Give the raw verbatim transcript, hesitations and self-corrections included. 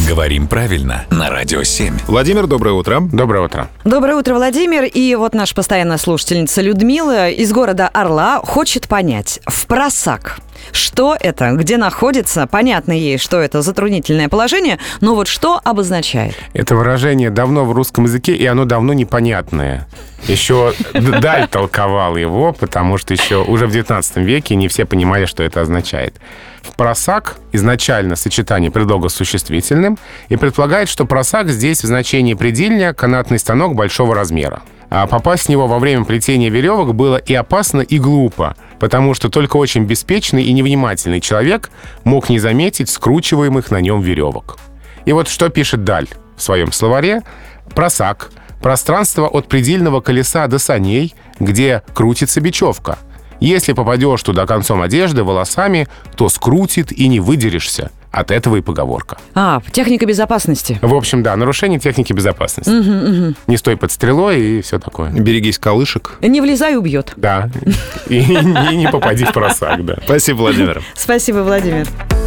Говорим правильно на Радио семь. Владимир, доброе утро. Доброе утро. Доброе утро, Владимир. И вот наша постоянная слушательница Людмила из города Орла хочет понять. Впросак. Что это? Где находится? Понятно ей, что это затруднительное положение, но вот что обозначает? Это выражение давно в русском языке, и оно давно непонятное. Еще Даль толковал его, потому что еще уже в девятнадцатом веке не все понимали, что это означает. Впросак изначально сочетание предлога с существительным и предполагает, что просак здесь в значении предельня канатный станок большого размера. А попасть в него во время плетения веревок было и опасно, и глупо, потому что только очень беспечный и невнимательный человек мог не заметить скручиваемых на нем веревок. И вот что пишет Даль в своем словаре. Просак — пространство от предельного колеса до саней, где крутится бечевка. Если попадешь туда концом одежды, волосами, то скрутит и не выдерешься. От этого и поговорка. А, техника безопасности. В общем, да, нарушение техники безопасности. Угу, угу. Не стой под стрелой и все такое. Берегись колышек. Не влезай, убьет. Да, и не попади в просак, да. Спасибо, Владимир. Спасибо, Владимир.